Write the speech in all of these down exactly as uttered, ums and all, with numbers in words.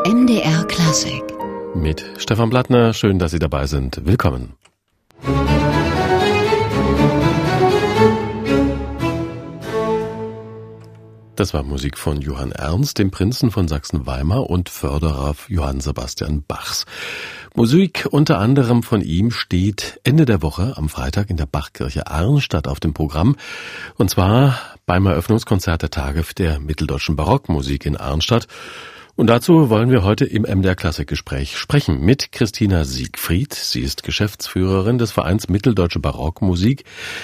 M D R Klassik. Mit Stefan Blattner, schön, dass Sie dabei sind. Willkommen. Das war Musik von Johann Ernst, dem Prinzen von Sachsen-Weimar und Förderer Johann Sebastian Bachs. Musik unter anderem von ihm steht Ende der Woche am Freitag in der Bachkirche Arnstadt auf dem Programm. Und zwar beim Eröffnungskonzert der Tage der mitteldeutschen Barockmusik in Arnstadt. Und dazu wollen wir heute im M D R Klassikgespräch sprechen mit Christina Siegfried. Sie ist Geschäftsführerin des Vereins Mitteldeutsche Barockmusik,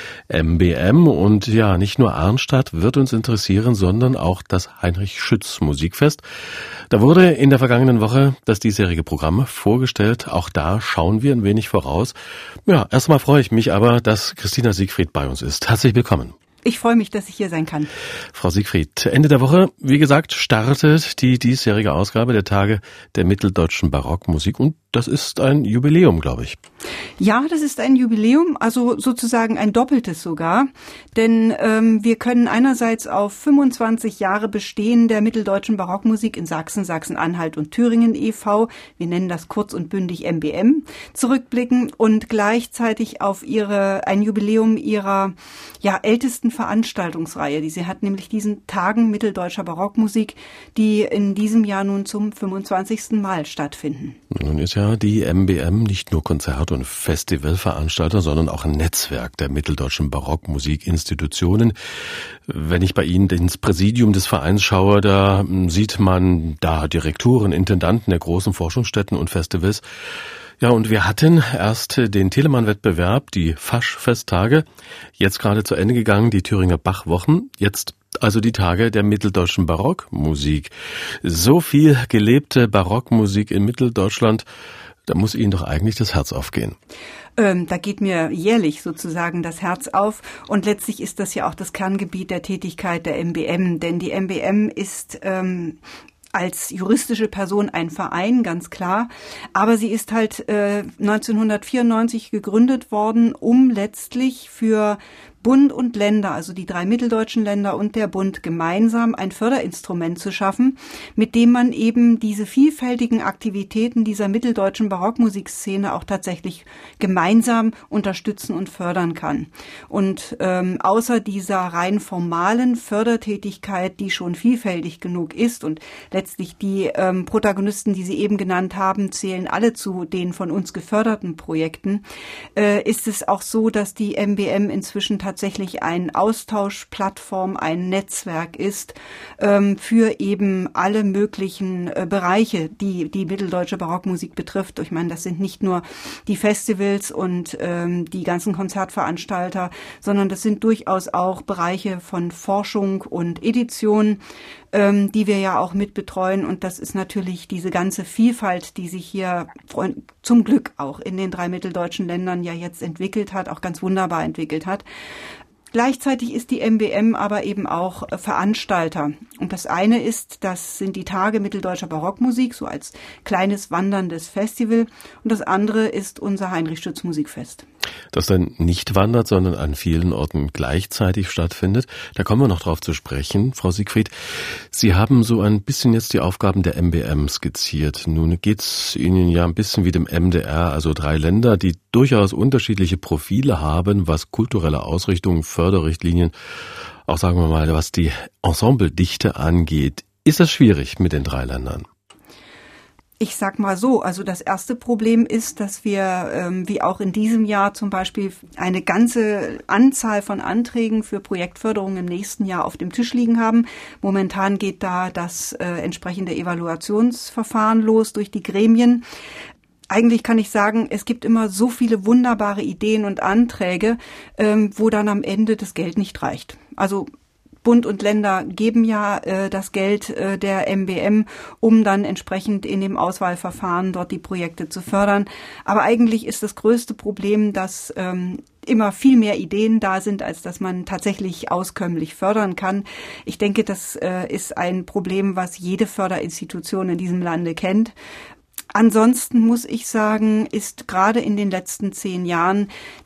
M B M. Und ja, nicht nur Arnstadt wird uns interessieren, sondern auch das Heinrich Schütz Musikfest. Da wurde in der vergangenen Woche das diesjährige Programm vorgestellt. Auch da schauen wir ein wenig voraus. Ja, erstmal freue ich mich aber, dass Christina Siegfried bei uns ist. Herzlich willkommen. Ich freue mich, dass ich hier sein kann. Frau Siegfried, Ende der Woche, wie gesagt, startet die diesjährige Ausgabe der Tage der mitteldeutschen Barockmusik und das ist ein Jubiläum, glaube ich. Ja, das ist ein Jubiläum, also sozusagen ein doppeltes sogar, denn ähm, wir können einerseits auf fünfundzwanzig Jahre Bestehen der mitteldeutschen Barockmusik in Sachsen, Sachsen-Anhalt und Thüringen e V, wir nennen das kurz und bündig M B M, zurückblicken und gleichzeitig auf ihre ein Jubiläum ihrer ja ältesten Veranstaltungsreihe, die sie hat, nämlich diesen Tagen mitteldeutscher Barockmusik, die in diesem Jahr nun zum fünfundzwanzigsten Mal stattfinden. Nun ist ja die M B M nicht nur Konzert- und Festivalveranstalter, sondern auch ein Netzwerk der mitteldeutschen Barockmusikinstitutionen. Wenn ich bei Ihnen ins Präsidium des Vereins schaue, da sieht man da Direktoren, Intendanten der großen Forschungsstätten und Festivals. Ja, und wir hatten erst den Telemann-Wettbewerb, die Fasch-Festtage, jetzt gerade zu Ende gegangen, die Thüringer Bachwochen, jetzt also die Tage der mitteldeutschen Barockmusik. So viel gelebte Barockmusik in Mitteldeutschland, da muss Ihnen doch eigentlich das Herz aufgehen. Ähm, da geht mir jährlich sozusagen das Herz auf und letztlich ist das ja auch das Kerngebiet der Tätigkeit der M B M, denn die M B M ist ähm, als juristische Person ein Verein, ganz klar. Aber sie ist halt äh, neunzehnhundertvierundneunzig gegründet worden, um letztlich für Bund und Länder, also die drei mitteldeutschen Länder und der Bund gemeinsam ein Förderinstrument zu schaffen, mit dem man eben diese vielfältigen Aktivitäten dieser mitteldeutschen Barockmusikszene auch tatsächlich gemeinsam unterstützen und fördern kann. Und ähm, außer dieser rein formalen Fördertätigkeit, die schon vielfältig genug ist und letztlich die ähm, Protagonisten, die Sie eben genannt haben, zählen alle zu den von uns geförderten Projekten, äh, ist es auch so, dass die M B M inzwischen tatsächlich tatsächlich ein Austauschplattform, ein Netzwerk ist ähm, für eben alle möglichen äh, Bereiche, die die mitteldeutsche Barockmusik betrifft. Ich meine, das sind nicht nur die Festivals und ähm, die ganzen Konzertveranstalter, sondern das sind durchaus auch Bereiche von Forschung und Edition, ähm, die wir ja auch mitbetreuen. Und das ist natürlich diese ganze Vielfalt, die sich hier zum Glück auch in den drei mitteldeutschen Ländern ja jetzt entwickelt hat, auch ganz wunderbar entwickelt hat. Gleichzeitig ist die M B M aber eben auch Veranstalter. Und das eine ist, das sind die Tage mitteldeutscher Barockmusik, so als kleines wanderndes Festival. Und das andere ist unser Heinrich Schütz Musikfest. Das dann nicht wandert, sondern an vielen Orten gleichzeitig stattfindet. Da kommen wir noch drauf zu sprechen, Frau Siegfried. Sie haben so ein bisschen jetzt die Aufgaben der M B M skizziert. Nun geht's Ihnen ja ein bisschen wie dem M D R, also drei Länder, die durchaus unterschiedliche Profile haben, was kulturelle Ausrichtung, Förderrichtlinien, auch sagen wir mal, was die Ensembledichte angeht. Ist das schwierig mit den drei Ländern? Ich sag mal so, also das erste Problem ist, dass wir, ähm, wie auch in diesem Jahr zum Beispiel, eine ganze Anzahl von Anträgen für Projektförderung im nächsten Jahr auf dem Tisch liegen haben. Momentan geht da das äh, entsprechende Evaluationsverfahren los durch die Gremien. Eigentlich kann ich sagen, es gibt immer so viele wunderbare Ideen und Anträge, ähm, wo dann am Ende das Geld nicht reicht. Also Bund und Länder geben ja äh, das Geld äh, der M B M, um dann entsprechend in dem Auswahlverfahren dort die Projekte zu fördern. Aber eigentlich ist das größte Problem, dass ähm, immer viel mehr Ideen da sind, als dass man tatsächlich auskömmlich fördern kann. Ich denke, das äh, ist ein Problem, was jede Förderinstitution in diesem Lande kennt. Ansonsten muss ich sagen, ist gerade in den letzten zehn Jahren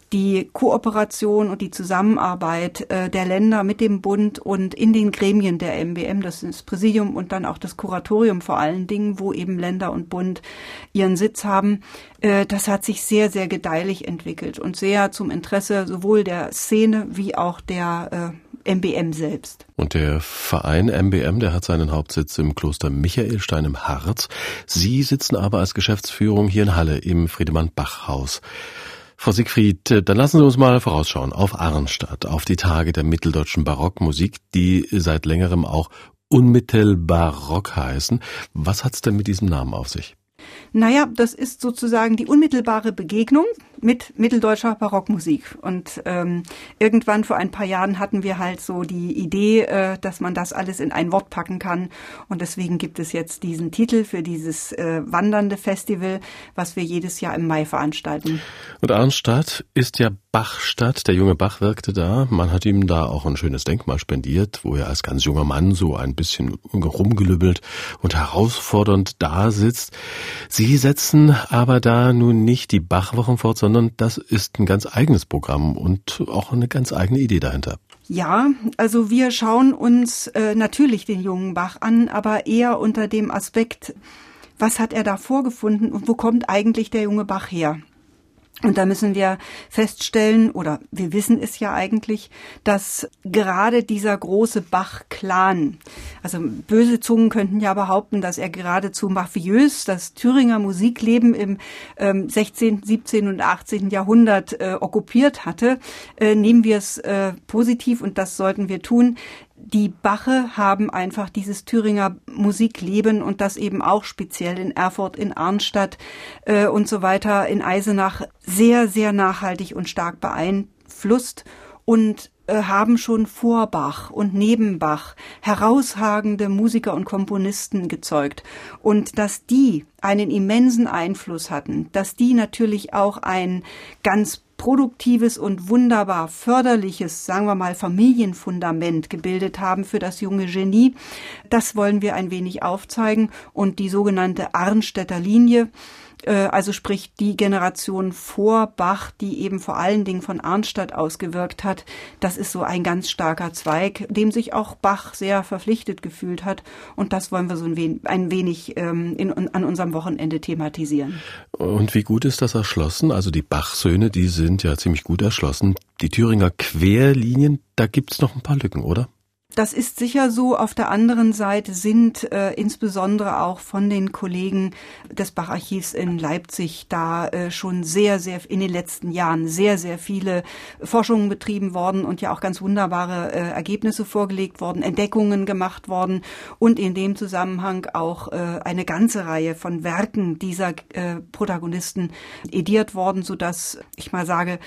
die Kooperation und die Zusammenarbeit äh, der Länder mit dem Bund und in den Gremien der M B M, das ist das Präsidium und dann auch das Kuratorium vor allen Dingen, wo eben Länder und Bund ihren Sitz haben, äh, das hat sich sehr, sehr gedeihlich entwickelt und sehr zum Interesse sowohl der Szene wie auch der äh, M B M selbst. Und der Verein M B M, der hat seinen Hauptsitz im Kloster Michaelstein im Harz. Sie sitzen aber als Geschäftsführung hier in Halle im Friedemann-Bach-Haus. Frau Siegfried, dann lassen Sie uns mal vorausschauen auf Arnstadt, auf die Tage der mitteldeutschen Barockmusik, die seit längerem auch Unmittelbarock heißen. Was hat's denn mit diesem Namen auf sich? Naja, das ist sozusagen die unmittelbare Begegnung mit mitteldeutscher Barockmusik. Und ähm, irgendwann vor ein paar Jahren hatten wir halt so die Idee, äh, dass man das alles in ein Wort packen kann. Und deswegen gibt es jetzt diesen Titel für dieses äh, wandernde Festival, was wir jedes Jahr im Mai veranstalten. Und Arnstadt ist ja Bachstadt. Der junge Bach wirkte da. Man hat ihm da auch ein schönes Denkmal spendiert, wo er als ganz junger Mann so ein bisschen rumgelübbelt und herausfordernd da sitzt. Sie setzen aber da nun nicht die Bachwochen fort, sondern das ist ein ganz eigenes Programm und auch eine ganz eigene Idee dahinter. Ja, also wir schauen uns äh, natürlich den jungen Bach an, aber eher unter dem Aspekt, was hat er da vorgefunden und wo kommt eigentlich der junge Bach her? Und da müssen wir feststellen, oder wir wissen es ja eigentlich, dass gerade dieser große Bach-Clan, also böse Zungen könnten ja behaupten, dass er geradezu mafiös das Thüringer Musikleben im ähm, sechzehnten, siebzehnten und achtzehnten Jahrhundert äh, okkupiert hatte. Äh, nehmen wir es äh, positiv und das sollten wir tun. Die Bache haben einfach dieses Thüringer Musikleben und das eben auch speziell in Erfurt, in Arnstadt äh, und so weiter, in Eisenach sehr, sehr nachhaltig und stark beeinflusst und äh, haben schon vor Bach und neben Bach herausragende Musiker und Komponisten gezeugt. Und dass die einen immensen Einfluss hatten, dass die natürlich auch ein ganz produktives und wunderbar förderliches, sagen wir mal, Familienfundament gebildet haben für das junge Genie. Das wollen wir ein wenig aufzeigen und die sogenannte Arnstädter Linie, also sprich die Generation vor Bach, die eben vor allen Dingen von Arnstadt ausgewirkt hat, das ist so ein ganz starker Zweig, dem sich auch Bach sehr verpflichtet gefühlt hat und das wollen wir so ein wenig, ein wenig ähm, in, an unserem Wochenende thematisieren. Und wie gut ist das erschlossen? Also die Bach-Söhne, die sind ja ziemlich gut erschlossen. Die Thüringer Querlinien, da gibt's noch ein paar Lücken, oder? Das ist sicher so. Auf der anderen Seite sind äh, insbesondere auch von den Kollegen des Bach-Archivs in Leipzig da äh, schon sehr, sehr in den letzten Jahren sehr, sehr viele Forschungen betrieben worden und ja auch ganz wunderbare äh, Ergebnisse vorgelegt worden, Entdeckungen gemacht worden und in dem Zusammenhang auch äh, eine ganze Reihe von Werken dieser äh, Protagonisten ediert worden, sodass ich mal sage,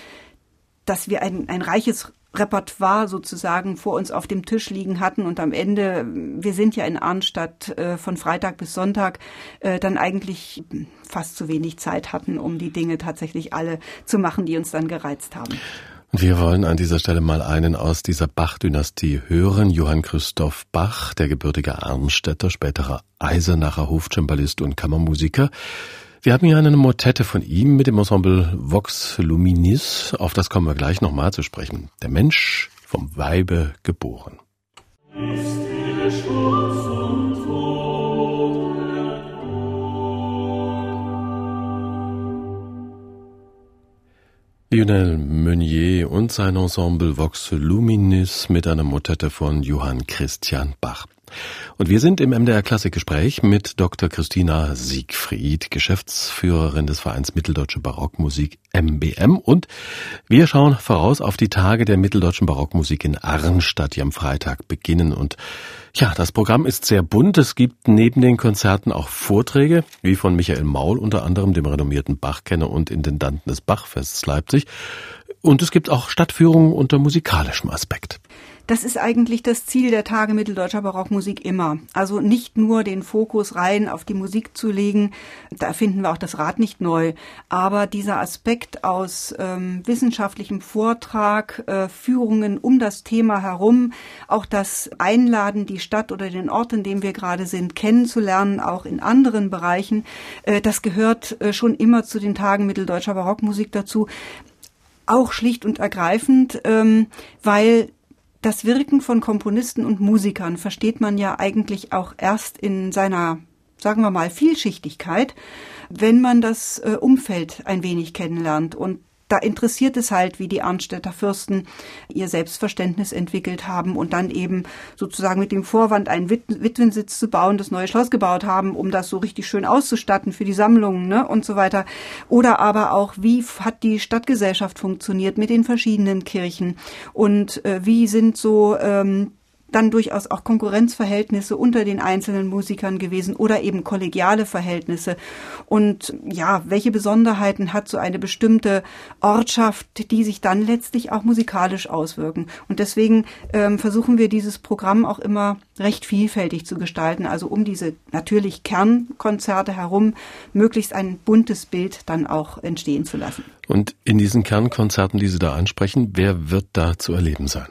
dass wir ein, ein reiches Repertoire sozusagen vor uns auf dem Tisch liegen hatten und am Ende, wir sind ja in Arnstadt äh, von Freitag bis Sonntag, äh, dann eigentlich fast zu wenig Zeit hatten, um die Dinge tatsächlich alle zu machen, die uns dann gereizt haben. Und wir wollen an dieser Stelle mal einen aus dieser Bach-Dynastie hören, Johann Christoph Bach, der gebürtige Arnstädter, späterer Eisenacher Hofcembalist und Kammermusiker. Wir haben hier eine Motette von ihm mit dem Ensemble Vox Luminis. Auf das kommen wir gleich nochmal zu sprechen. Der Mensch vom Weibe geboren. Ist der Schutz und Tod Lionel Meunier und sein Ensemble Vox Luminis mit einer Motette von Johann Christian Bach. Und wir sind im M D R Klassikgespräch mit Doktor Christina Siegfried, Geschäftsführerin des Vereins Mitteldeutsche Barockmusik M B M. Und wir schauen voraus auf die Tage der mitteldeutschen Barockmusik in Arnstadt, die am Freitag beginnen. Und ja, das Programm ist sehr bunt. Es gibt neben den Konzerten auch Vorträge, wie von Michael Maul, unter anderem dem renommierten Bachkenner und Intendanten des Bachfests Leipzig. Und es gibt auch Stadtführungen unter musikalischem Aspekt. Das ist eigentlich das Ziel der Tage mitteldeutscher Barockmusik immer. Also nicht nur den Fokus rein auf die Musik zu legen, da erfinden wir auch das Rad nicht neu, aber dieser Aspekt aus ähm, wissenschaftlichem Vortrag, äh, Führungen um das Thema herum, auch das Einladen, die Stadt oder den Ort, in dem wir gerade sind, kennenzulernen, auch in anderen Bereichen, äh, das gehört äh, schon immer zu den Tagen mitteldeutscher Barockmusik dazu. auch schlicht und ergreifend, ähm, weil das Wirken von Komponisten und Musikern versteht man ja eigentlich auch erst in seiner, sagen wir mal, Vielschichtigkeit, wenn man das äh, Umfeld ein wenig kennenlernt. Und da interessiert es halt, wie die Arnstädter Fürsten ihr Selbstverständnis entwickelt haben und dann eben sozusagen mit dem Vorwand, einen Wit- Witwensitz zu bauen, das neue Schloss gebaut haben, um das so richtig schön auszustatten für die Sammlungen, ne, und so weiter. Oder aber auch, wie hat die Stadtgesellschaft funktioniert mit den verschiedenen Kirchen und äh, wie sind so ähm, dann durchaus auch Konkurrenzverhältnisse unter den einzelnen Musikern gewesen oder eben kollegiale Verhältnisse. Und ja, welche Besonderheiten hat so eine bestimmte Ortschaft, die sich dann letztlich auch musikalisch auswirken. Und deswegen ähm, versuchen wir dieses Programm auch immer recht vielfältig zu gestalten, also um diese natürlich Kernkonzerte herum möglichst ein buntes Bild dann auch entstehen zu lassen. Und in diesen Kernkonzerten, die Sie da ansprechen, wer wird da zu erleben sein?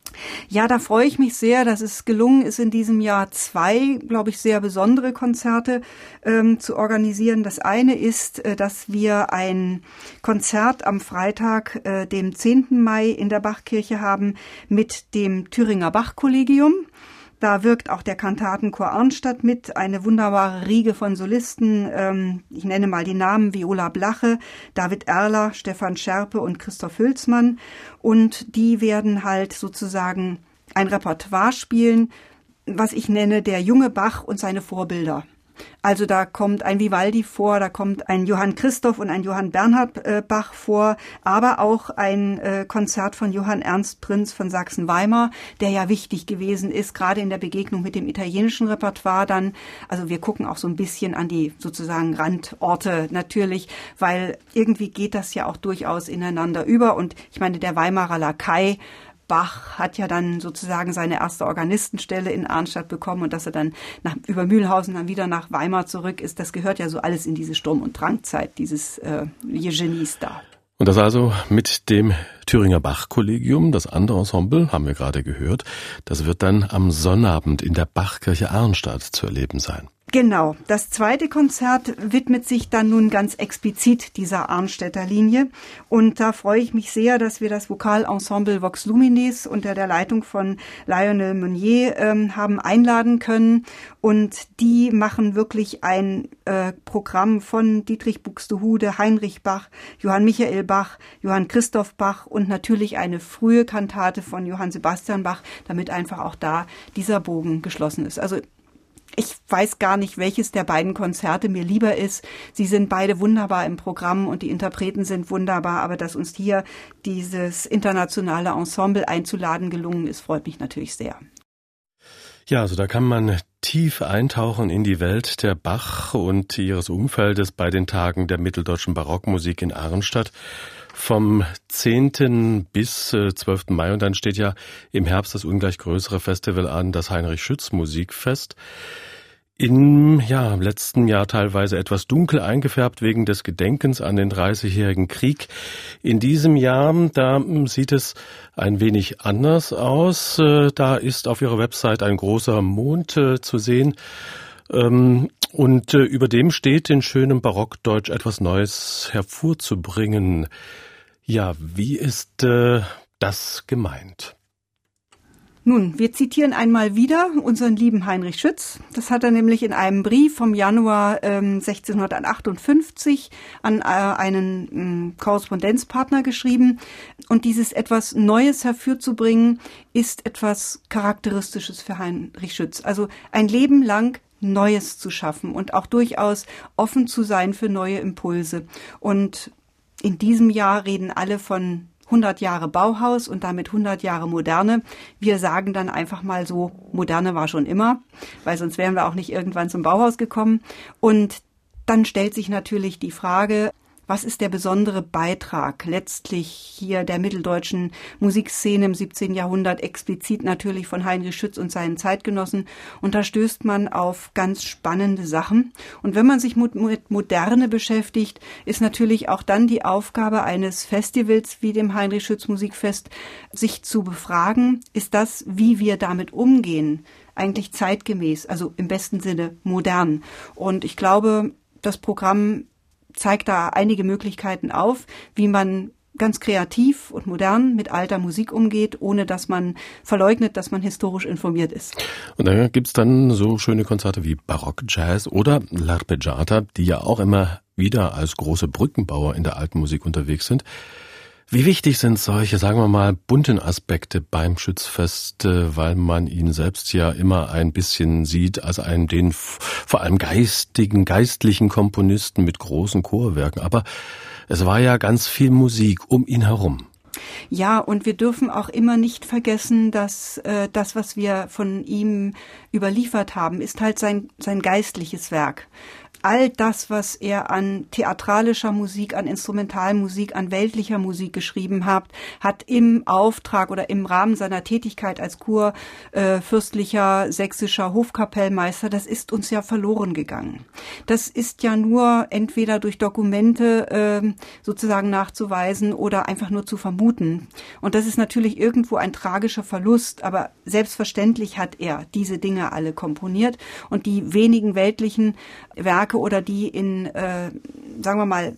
Ja, da freue ich mich sehr, dass es gelungen ist, in diesem Jahr zwei, glaube ich, sehr besondere Konzerte ähm, zu organisieren. Das eine ist, äh, dass wir ein Konzert am Freitag, äh, dem zehnten Mai in der Bachkirche haben mit dem Thüringer Bachkollegium. Da wirkt auch der Kantatenchor Arnstadt mit, eine wunderbare Riege von Solisten. Ähm, ich nenne mal die Namen: Viola Blache, David Erler, Stefan Scherpe und Christoph Hülsmann. Und die werden halt sozusagen ein Repertoire spielen, was ich nenne der junge Bach und seine Vorbilder. Also da kommt ein Vivaldi vor, da kommt ein Johann Christoph und ein Johann Bernhard äh, Bach vor, aber auch ein äh, Konzert von Johann Ernst Prinz von Sachsen-Weimar, der ja wichtig gewesen ist, gerade in der Begegnung mit dem italienischen Repertoire dann. Also wir gucken auch so ein bisschen an die sozusagen Randorte natürlich, weil irgendwie geht das ja auch durchaus ineinander über. Und ich meine, der Weimarer Lakai Bach hat ja dann sozusagen seine erste Organistenstelle in Arnstadt bekommen, und dass er dann nach, über Mühlhausen dann wieder nach Weimar zurück ist, das gehört ja so alles in diese Sturm- und Drangzeit, dieses äh, Genies da. Und das also mit dem Thüringer Bachkollegium, das andere Ensemble, haben wir gerade gehört, das wird dann am Sonnabend in der Bachkirche Arnstadt zu erleben sein. Genau. Das zweite Konzert widmet sich dann nun ganz explizit dieser Arnstädter Linie. Und da freue ich mich sehr, dass wir das Vokalensemble Vox Lumines unter der Leitung von Lionel Meunier ähm, haben einladen können. Und die machen wirklich ein äh, Programm von Dietrich Buxtehude, Heinrich Bach, Johann Michael Bach, Johann Christoph Bach und natürlich eine frühe Kantate von Johann Sebastian Bach, damit einfach auch da dieser Bogen geschlossen ist. Also ich weiß gar nicht, welches der beiden Konzerte mir lieber ist. Sie sind beide wunderbar im Programm und die Interpreten sind wunderbar. Aber dass uns hier dieses internationale Ensemble einzuladen gelungen ist, freut mich natürlich sehr. Ja, also da kann man tief eintauchen in die Welt der Bach und ihres Umfeldes bei den Tagen der mitteldeutschen Barockmusik in Arnstadt. Vom zehnten bis zwölften Mai, und dann steht ja im Herbst das ungleich größere Festival an, das Heinrich-Schütz-Musikfest. Im ja, letzten Jahr teilweise etwas dunkel eingefärbt wegen des Gedenkens an den dreißigjährigen Krieg. In diesem Jahr, da sieht es ein wenig anders aus. Da ist auf ihrer Website ein großer Mond zu sehen. Und über dem steht in schönem Barockdeutsch etwas Neues hervorzubringen. Ja, wie ist äh, das gemeint? Nun, wir zitieren einmal wieder unseren lieben Heinrich Schütz. Das hat er nämlich in einem Brief vom Januar ähm, sechzehnhundertachtundfünfzig an äh, einen ähm, Korrespondenzpartner geschrieben. Und dieses etwas Neues hervorzubringen, ist etwas Charakteristisches für Heinrich Schütz. Also ein Leben lang Neues zu schaffen und auch durchaus offen zu sein für neue Impulse. Und in diesem Jahr reden alle von hundert Jahre Bauhaus und damit hundert Jahre Moderne. Wir sagen dann einfach mal so, Moderne war schon immer, weil sonst wären wir auch nicht irgendwann zum Bauhaus gekommen. Und dann stellt sich natürlich die Frage, was ist der besondere Beitrag letztlich hier der mitteldeutschen Musikszene im siebzehnten Jahrhundert, explizit natürlich von Heinrich Schütz und seinen Zeitgenossen? Und da stößt man auf ganz spannende Sachen. Und wenn man sich mit Moderne beschäftigt, ist natürlich auch dann die Aufgabe eines Festivals wie dem Heinrich Schütz Musikfest, sich zu befragen, ist das, wie wir damit umgehen, eigentlich zeitgemäß, also im besten Sinne modern. Und ich glaube, das Programm zeigt da einige Möglichkeiten auf, wie man ganz kreativ und modern mit alter Musik umgeht, ohne dass man verleugnet, dass man historisch informiert ist. Und da gibt's dann so schöne Konzerte wie Barock Jazz oder L'Arpeggiata, die ja auch immer wieder als große Brückenbauer in der alten Musik unterwegs sind. Wie wichtig sind solche, sagen wir mal, bunten Aspekte beim Schützfest, weil man ihn selbst ja immer ein bisschen sieht als einen, den vor allem geistigen, geistlichen Komponisten mit großen Chorwerken. Aber es war ja ganz viel Musik um ihn herum. Ja, und wir dürfen auch immer nicht vergessen, dass äh, das, was wir von ihm überliefert haben, ist halt sein, sein geistliches Werk. All das, was er an theatralischer Musik, an Instrumentalmusik, an weltlicher Musik geschrieben hat, hat im Auftrag oder im Rahmen seiner Tätigkeit als kurfürstlicher äh, sächsischer Hofkapellmeister, das ist uns ja verloren gegangen. Das ist ja nur entweder durch Dokumente äh, sozusagen nachzuweisen oder einfach nur zu vermuten. Und das ist natürlich irgendwo ein tragischer Verlust, aber selbstverständlich hat er diese Dinge alle komponiert und die wenigen weltlichen Werke oder die in, äh, sagen wir mal,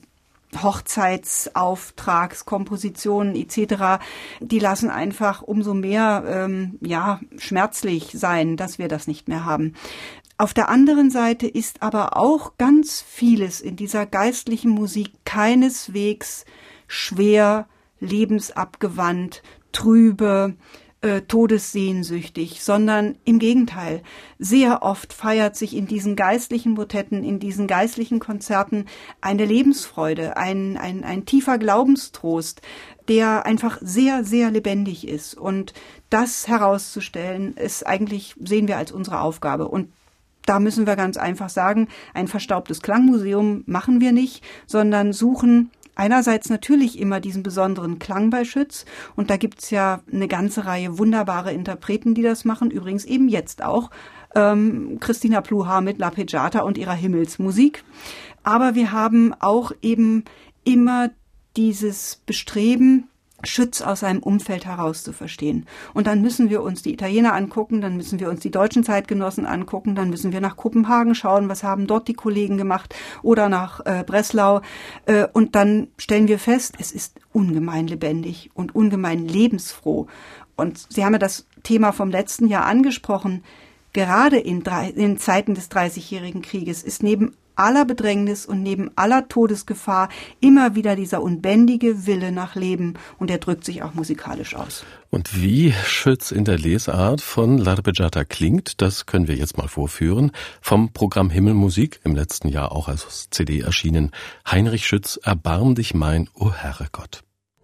Hochzeitsauftragskompositionen et cetera, die lassen einfach umso mehr ähm, ja schmerzlich sein, dass wir das nicht mehr haben. Auf der anderen Seite ist aber auch ganz vieles in dieser geistlichen Musik keineswegs schwer, lebensabgewandt, trübe, todessehnsüchtig, sondern im Gegenteil. Sehr oft feiert sich in diesen geistlichen Motetten, in diesen geistlichen Konzerten eine Lebensfreude, ein, ein, ein tiefer Glaubenstrost, der einfach sehr, sehr lebendig ist. Und das herauszustellen, ist eigentlich, sehen wir als unsere Aufgabe. Und da müssen wir ganz einfach sagen, ein verstaubtes Klangmuseum machen wir nicht, sondern suchen einerseits natürlich immer diesen besonderen Klang bei Schütz und da gibt's ja eine ganze Reihe wunderbare Interpreten, die das machen, übrigens eben jetzt auch ähm, Christina Pluhar mit L'Arpeggiata und ihrer Himmelsmusik. Aber wir haben auch eben immer dieses Bestreben, Schütz aus seinem Umfeld heraus zu verstehen. Und dann müssen wir uns die Italiener angucken, dann müssen wir uns die deutschen Zeitgenossen angucken, dann müssen wir nach Kopenhagen schauen, was haben dort die Kollegen gemacht oder nach äh, Breslau. Äh, und dann stellen wir fest, es ist ungemein lebendig und ungemein lebensfroh. Und Sie haben ja das Thema vom letzten Jahr angesprochen. Gerade in, drei, in Zeiten des Dreißigjährigen Krieges ist neben aller Bedrängnis und neben aller Todesgefahr immer wieder dieser unbändige Wille nach Leben und der drückt sich auch musikalisch aus. Und wie Schütz in der Lesart von L'Arpeggiata klingt, das können wir jetzt mal vorführen. Vom Programm Himmelmusik, im letzten Jahr auch als C D erschienen. Heinrich Schütz, Erbarm dich mein, o Herrgott.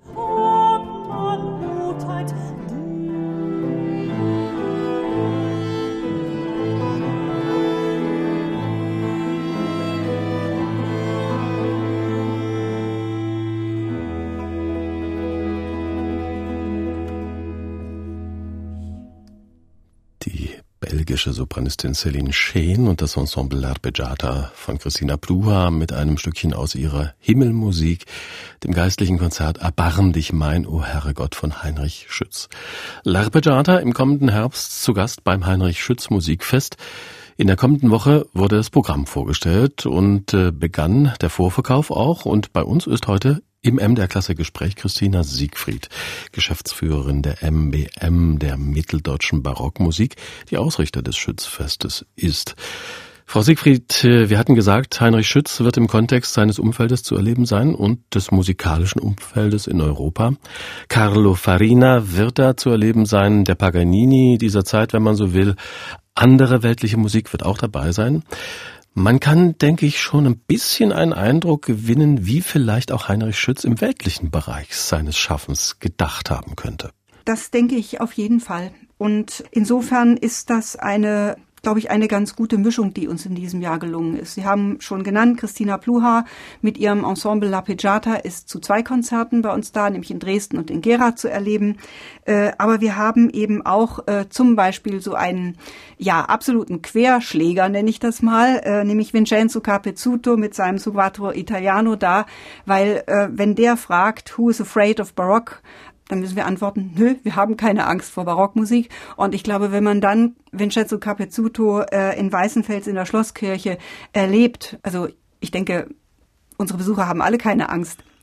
Belgische Sopranistin Céline Scheen und das Ensemble L'Arpeggiata von Christina Pluhar mit einem Stückchen aus ihrer Himmelmusik, dem geistlichen Konzert Erbarm dich mein, o Herrgott von Heinrich Schütz. L'Arpeggiata im kommenden Herbst zu Gast beim Heinrich Schütz Musikfest. In der kommenden Woche wurde das Programm vorgestellt und äh, begann der Vorverkauf auch. Und bei uns ist heute im M D R-Klasse-Gespräch Christina Siegfried, Geschäftsführerin der M B M, der Mitteldeutschen Barockmusik, die Ausrichter des Schützfestes ist. Frau Siegfried, wir hatten gesagt, Heinrich Schütz wird im Kontext seines Umfeldes zu erleben sein und des musikalischen Umfeldes in Europa. Carlo Farina wird da zu erleben sein, der Paganini dieser Zeit, wenn man so will. Andere weltliche Musik wird auch dabei sein. Man kann, denke ich, schon ein bisschen einen Eindruck gewinnen, wie vielleicht auch Heinrich Schütz im weltlichen Bereich seines Schaffens gedacht haben könnte. Das denke ich auf jeden Fall. Und insofern ist das eine, glaube ich, eine ganz gute Mischung, die uns in diesem Jahr gelungen ist. Sie haben schon genannt, Christina Pluhar mit ihrem Ensemble L'Arpeggiata ist zu zwei Konzerten bei uns da, nämlich in Dresden und in Gera zu erleben. Äh, aber wir haben eben auch äh, zum Beispiel so einen, ja, absoluten Querschläger, nenne ich das mal, äh, nämlich Vincenzo Capezzuto mit seinem Suaveto Italiano da, weil äh, wenn der fragt, who is afraid of Baroque, dann müssen wir antworten, nö, wir haben keine Angst vor Barockmusik. Und ich glaube, wenn man dann Vincenzo Capezzuto äh, in Weißenfels in der Schlosskirche erlebt, also ich denke, unsere Besucher haben alle keine Angst,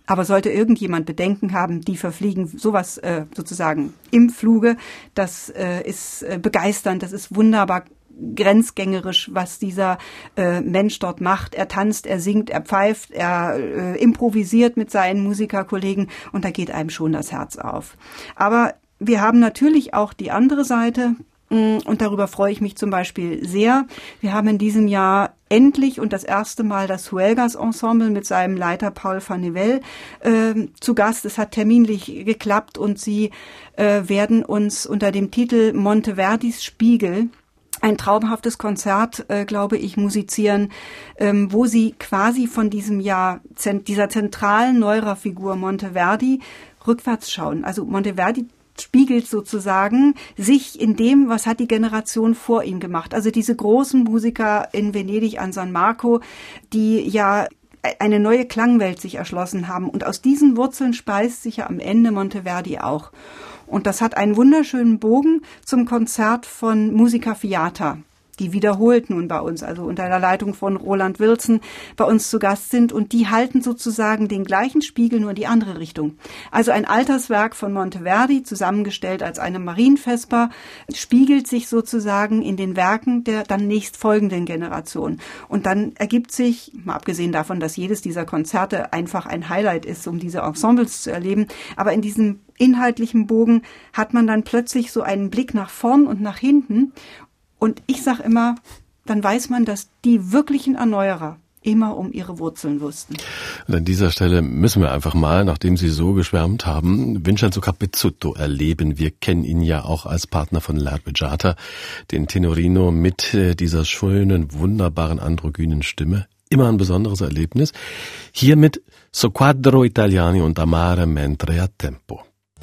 Aber sollte irgendjemand Bedenken haben, die verfliegen sowas äh, sozusagen im Fluge, das äh, ist äh, begeisternd, das ist wunderbar grenzgängerisch, was dieser äh, Mensch dort macht. Er tanzt, er singt, er pfeift, er äh, improvisiert mit seinen Musikerkollegen und da geht einem schon das Herz auf. Aber wir haben natürlich auch die andere Seite, und darüber freue ich mich zum Beispiel sehr. Wir haben in diesem Jahr endlich und das erste Mal das Huelgas Ensemble mit seinem Leiter Paul van Nivelle äh, zu Gast. Es hat terminlich geklappt und sie äh, werden uns unter dem Titel Monteverdis Spiegel ein traumhaftes Konzert, äh, glaube ich, musizieren, ähm, wo sie quasi von diesem Jahr, zent- dieser zentralen Neura-Figur Monteverdi rückwärts schauen. Also Monteverdi spiegelt sozusagen sich in dem, was hat die Generation vor ihm gemacht. Also diese großen Musiker in Venedig an San Marco, die ja eine neue Klangwelt sich erschlossen haben. Und aus diesen Wurzeln speist sich ja am Ende Monteverdi auch. Und das hat einen wunderschönen Bogen zum Konzert von Musica Fiata, die wiederholt nun bei uns, also unter der Leitung von Roland Wilson, bei uns zu Gast sind. Und die halten sozusagen den gleichen Spiegel, nur in die andere Richtung. Also ein Alterswerk von Monteverdi, zusammengestellt als eine Marienvesper, spiegelt sich sozusagen in den Werken der dann nächstfolgenden Generation. Und dann ergibt sich, mal abgesehen davon, dass jedes dieser Konzerte einfach ein Highlight ist, um diese Ensembles zu erleben, aber in diesem inhaltlichen Bogen hat man dann plötzlich so einen Blick nach vorn und nach hinten. Und ich sage immer, dann weiß man, dass die wirklichen Erneuerer immer um ihre Wurzeln wussten. Und an dieser Stelle müssen wir einfach mal, nachdem Sie so geschwärmt haben, Vincenzo Capezzuto erleben. Wir kennen ihn ja auch als Partner von L'Arpeggiata, den Tenorino mit dieser schönen, wunderbaren, androgynen Stimme. Immer ein besonderes Erlebnis. Hier mit So Quattro Italiani und Amare mentre a tempo.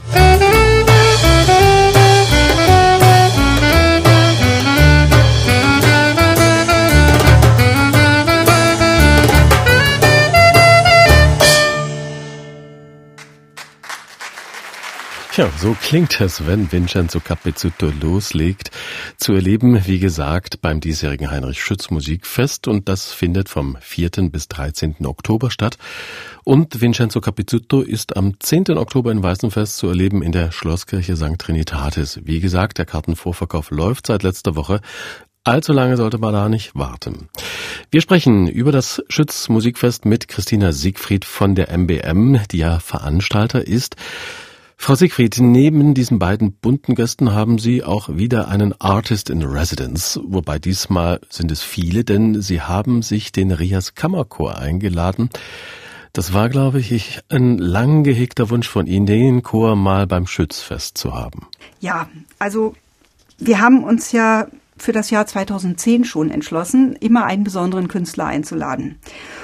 Ja, so klingt es, wenn Vincenzo Capezzuto loslegt. Zu erleben, wie gesagt, beim diesjährigen Heinrich-Schütz-Musikfest. Und das findet vom vierten bis dreizehnten Oktober statt. Und Vincenzo Capezzuto ist am zehnten Oktober in Weißenfels zu erleben in der Schlosskirche Sankt Trinitatis. Wie gesagt, der Kartenvorverkauf läuft seit letzter Woche. Allzu lange sollte man da nicht warten. Wir sprechen über das Schütz-Musikfest mit Christina Siegfried von der M B M, die ja Veranstalter ist. Frau Siegfried, neben diesen beiden bunten Gästen haben Sie auch wieder einen Artist in Residence, wobei diesmal sind es viele, denn Sie haben sich den Rias Kammerchor eingeladen. Das war, glaube ich, ein lang gehegter Wunsch von Ihnen, den Chor mal beim Schützfest zu haben. Ja, also wir haben uns ja für das Jahr zweitausendzehn schon entschlossen, immer einen besonderen Künstler einzuladen.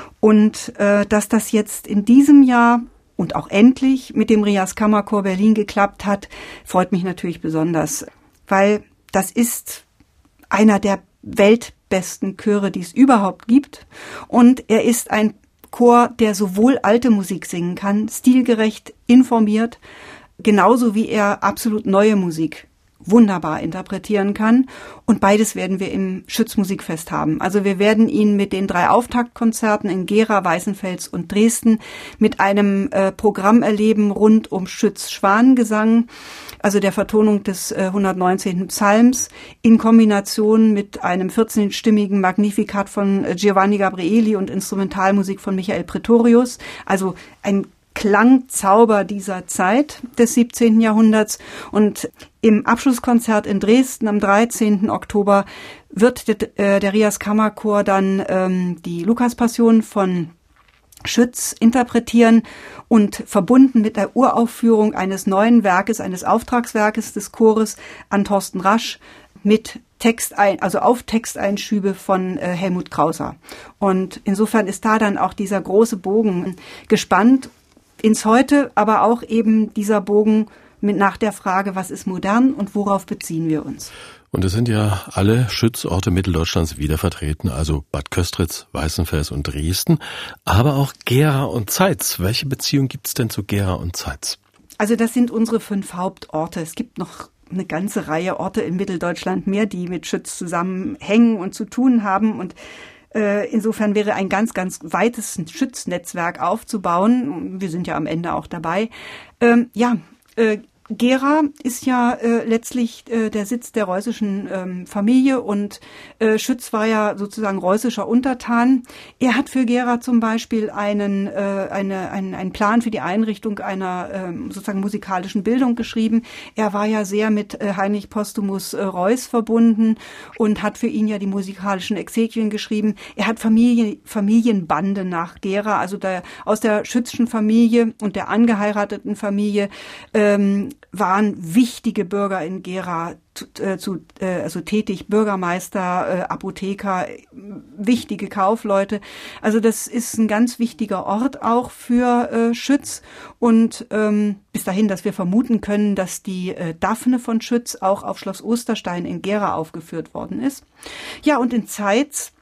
Und äh, dass das jetzt in diesem Jahr und auch endlich mit dem Rias Kammerchor Berlin geklappt hat, freut mich natürlich besonders, weil das ist einer der weltbesten Chöre, die es überhaupt gibt. Und er ist ein Chor, der sowohl alte Musik singen kann, stilgerecht, informiert, genauso wie er absolut neue Musik wunderbar interpretieren kann. Und beides werden wir im Schütz-Musikfest haben. Also wir werden ihn mit den drei Auftaktkonzerten in Gera, Weißenfels und Dresden mit einem äh, Programm erleben rund um Schütz-Schwanengesang, also der Vertonung des äh, hundertneunzehnten Psalms in Kombination mit einem vierzehnstimmigen Magnificat von äh, Giovanni Gabrieli und Instrumentalmusik von Michael Pretorius. Also ein Klangzauber dieser Zeit des siebzehnten Jahrhunderts. Und im Abschlusskonzert in Dresden am dreizehnten Oktober wird der, äh, der Rias Kammerchor dann ähm, die Lukaspassion von Schütz interpretieren und verbunden mit der Uraufführung eines neuen Werkes, eines Auftragswerkes des Chores an Thorsten Rasch mit Text ein, also auf Texteinschübe von äh, Helmut Krauser. Und insofern ist da dann auch dieser große Bogen gespannt ins Heute, aber auch eben dieser Bogen mit nach der Frage, was ist modern und worauf beziehen wir uns? Und es sind ja alle Schützorte Mitteldeutschlands wieder vertreten, also Bad Köstritz, Weißenfels und Dresden, aber auch Gera und Zeitz. Welche Beziehung gibt's denn zu Gera und Zeitz? Also das sind unsere fünf Hauptorte. Es gibt noch eine ganze Reihe Orte in Mitteldeutschland mehr, die mit Schütz zusammenhängen und zu tun haben. Und Insofern wäre ein ganz, ganz weites Schütznetzwerk aufzubauen. Wir sind ja am Ende auch dabei. Ja, Gera ist ja äh, letztlich äh, der Sitz der reußischen ähm, Familie und äh, Schütz war ja sozusagen reußischer Untertan. Er hat für Gera zum Beispiel einen, äh, eine, einen, einen Plan für die Einrichtung einer äh, sozusagen musikalischen Bildung geschrieben. Er war ja sehr mit äh, Heinrich Postumus äh, Reuß verbunden und hat für ihn ja die musikalischen Exequien geschrieben. Er hat Familie, Familienbande nach Gera, also der, aus der Schützschen Familie und der angeheirateten Familie ähm, waren wichtige Bürger in Gera äh, zu, äh, also tätig, Bürgermeister, äh, Apotheker, wichtige Kaufleute. Also das ist ein ganz wichtiger Ort auch für äh, Schütz und ähm, bis dahin, dass wir vermuten können, dass die äh, Daphne von Schütz auch auf Schloss Osterstein in Gera aufgeführt worden ist. Ja, und in Zeitz,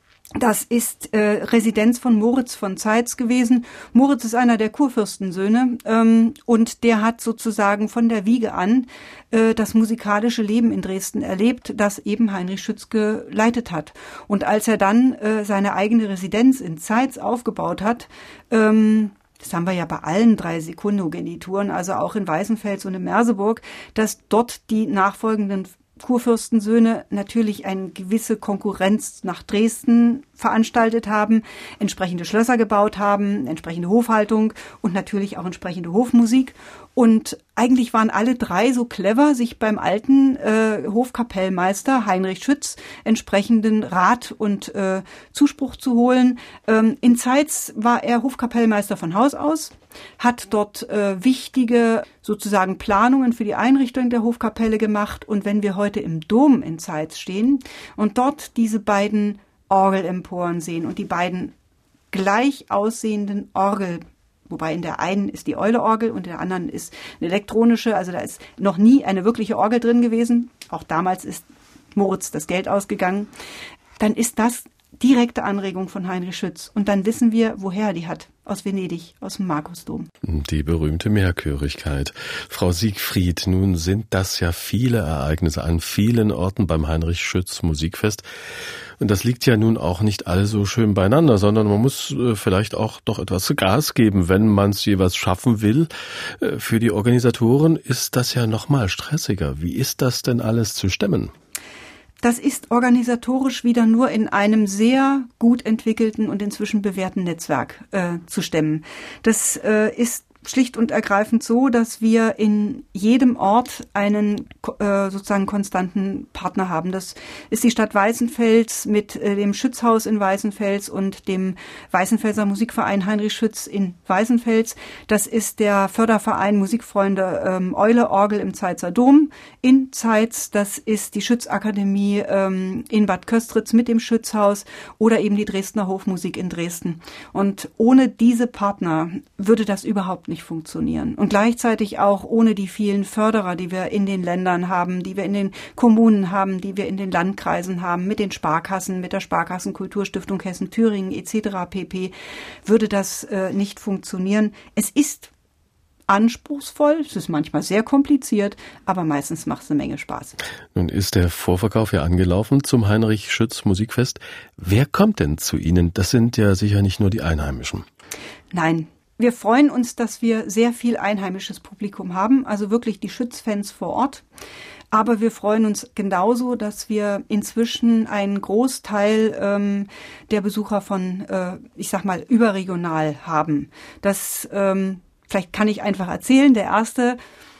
das ist äh, Residenz von Moritz von Zeitz gewesen. Moritz ist einer der Kurfürstensöhne ähm, und der hat sozusagen von der Wiege an äh, das musikalische Leben in Dresden erlebt, das eben Heinrich Schütz geleitet hat. Und als er dann äh, seine eigene Residenz in Zeitz aufgebaut hat, ähm, das haben wir ja bei allen drei Sekundogenituren, also auch in Weißenfels und in Merseburg, dass dort die nachfolgenden Kurfürstensöhne natürlich eine gewisse Konkurrenz nach Dresden veranstaltet haben, entsprechende Schlösser gebaut haben, entsprechende Hofhaltung und natürlich auch entsprechende Hofmusik. Und eigentlich waren alle drei so clever, sich beim alten äh, Hofkapellmeister Heinrich Schütz entsprechenden Rat und äh, Zuspruch zu holen. Ähm, in Zeitz war er Hofkapellmeister von Haus aus, hat dort äh, wichtige sozusagen Planungen für die Einrichtung der Hofkapelle gemacht. Und wenn wir heute im Dom in Zeitz stehen und dort diese beiden Orgelemporen sehen und die beiden gleich aussehenden Orgel, wobei in der einen ist die Euleorgel und in der anderen ist eine elektronische, also da ist noch nie eine wirkliche Orgel drin gewesen. Auch damals ist Moritz das Geld ausgegangen. Dann ist das direkte Anregung von Heinrich Schütz. Und dann wissen wir, woher er die hat. Aus Venedig, aus dem Markusdom. Die berühmte Mehrchörigkeit. Frau Siegfried, nun sind das ja viele Ereignisse an vielen Orten beim Heinrich Schütz Musikfest. Und das liegt ja nun auch nicht all so schön beieinander, sondern man muss äh, vielleicht auch doch etwas Gas geben, wenn man es jeweils schaffen will. Äh, für die Organisatoren ist das ja noch mal stressiger. Wie ist das denn alles zu stemmen? Das ist organisatorisch wieder nur in einem sehr gut entwickelten und inzwischen bewährten Netzwerk äh, zu stemmen. Das äh, ist schlicht und ergreifend so, dass wir in jedem Ort einen äh, sozusagen konstanten Partner haben. Das ist die Stadt Weißenfels mit äh, dem Schützhaus in Weißenfels und dem Weißenfelser Musikverein Heinrich Schütz in Weißenfels. Das ist der Förderverein Musikfreunde ähm, Eule Orgel im Zeitzer Dom in Zeitz. Das ist die Schützakademie ähm, in Bad Köstritz mit dem Schützhaus oder eben die Dresdner Hofmusik in Dresden. Und ohne diese Partner würde das überhaupt nicht funktionieren. Und gleichzeitig auch ohne die vielen Förderer, die wir in den Ländern haben, die wir in den Kommunen haben, die wir in den Landkreisen haben, mit den Sparkassen, mit der Sparkassenkulturstiftung Hessen-Thüringen et cetera pp., würde das äh, nicht funktionieren. Es ist anspruchsvoll, es ist manchmal sehr kompliziert, aber meistens macht es eine Menge Spaß. Nun ist der Vorverkauf ja angelaufen zum Heinrich Schütz Musikfest. Wer kommt denn zu Ihnen? Das sind ja sicher nicht nur die Einheimischen. Nein. Wir freuen uns, dass wir sehr viel einheimisches Publikum haben, also wirklich die Schützfans vor Ort. Aber wir freuen uns genauso, dass wir inzwischen einen Großteil ähm, der Besucher von, äh, ich sag mal, überregional haben. Das, ähm, vielleicht kann ich einfach erzählen, der erste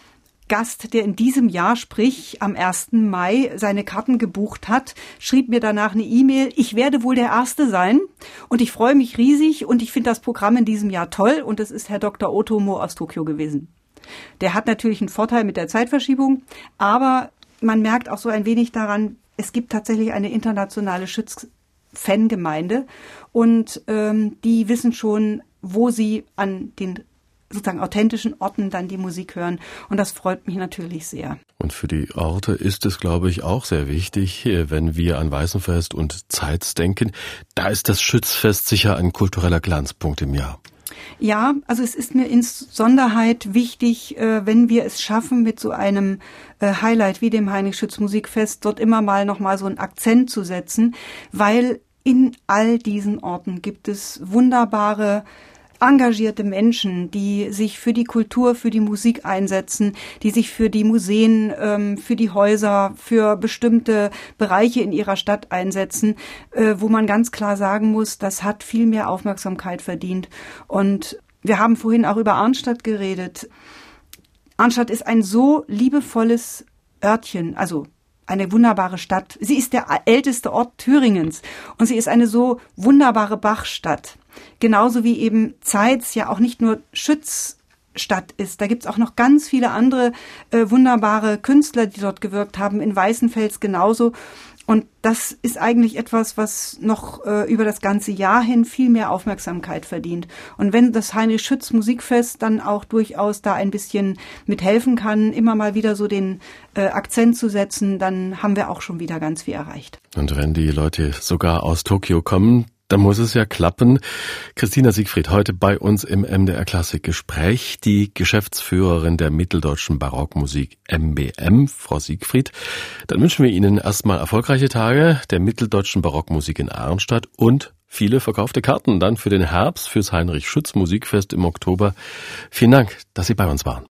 Gast, der in diesem Jahr, sprich am ersten Mai, seine Karten gebucht hat, schrieb mir danach eine E-Mail, ich werde wohl der Erste sein und ich freue mich riesig und ich finde das Programm in diesem Jahr toll und es ist Herr Doktor Otomo aus Tokio gewesen. Der hat natürlich einen Vorteil mit der Zeitverschiebung, aber man merkt auch so ein wenig daran, es gibt tatsächlich eine internationale Schütz-Fangemeinde und ähm, die wissen schon, wo sie an den sozusagen authentischen Orten dann die Musik hören. Und das freut mich natürlich sehr. Und für die Orte ist es, glaube ich, auch sehr wichtig, wenn wir an Weißenfest und Zeitz denken. Da ist das Schützfest sicher ein kultureller Glanzpunkt im Jahr. Ja, also es ist mir insonderheit wichtig, wenn wir es schaffen, mit so einem Highlight wie dem Heinrich Schütz Musikfest dort immer mal noch mal so einen Akzent zu setzen, weil in all diesen Orten gibt es wunderbare, engagierte Menschen, die sich für die Kultur, für die Musik einsetzen, die sich für die Museen, ähm, für die Häuser, für bestimmte Bereiche in ihrer Stadt einsetzen, äh, wo man ganz klar sagen muss, das hat viel mehr Aufmerksamkeit verdient. Und wir haben vorhin auch über Arnstadt geredet. Arnstadt ist ein so liebevolles Örtchen, also eine wunderbare Stadt. Sie ist der älteste Ort Thüringens und sie ist eine so wunderbare Bachstadt. Genauso wie eben Zeitz ja auch nicht nur Schützstadt ist. Da gibt's auch noch ganz viele andere äh, wunderbare Künstler, die dort gewirkt haben, in Weißenfels genauso. Und das ist eigentlich etwas, was noch äh, über das ganze Jahr hin viel mehr Aufmerksamkeit verdient. Und wenn das Heinrich Schütz Musikfest dann auch durchaus da ein bisschen mithelfen kann, immer mal wieder so den äh, Akzent zu setzen, dann haben wir auch schon wieder ganz viel erreicht. Und wenn die Leute sogar aus Tokio kommen, dann muss es ja klappen. Christina Siegfried, heute bei uns im M D R Klassik Gespräch, die Geschäftsführerin der Mitteldeutschen Barockmusik M B M, Frau Siegfried. Dann wünschen wir Ihnen erstmal erfolgreiche Tage der Mitteldeutschen Barockmusik in Arnstadt und viele verkaufte Karten dann für den Herbst, fürs Heinrich Schütz Musikfest im Oktober. Vielen Dank, dass Sie bei uns waren.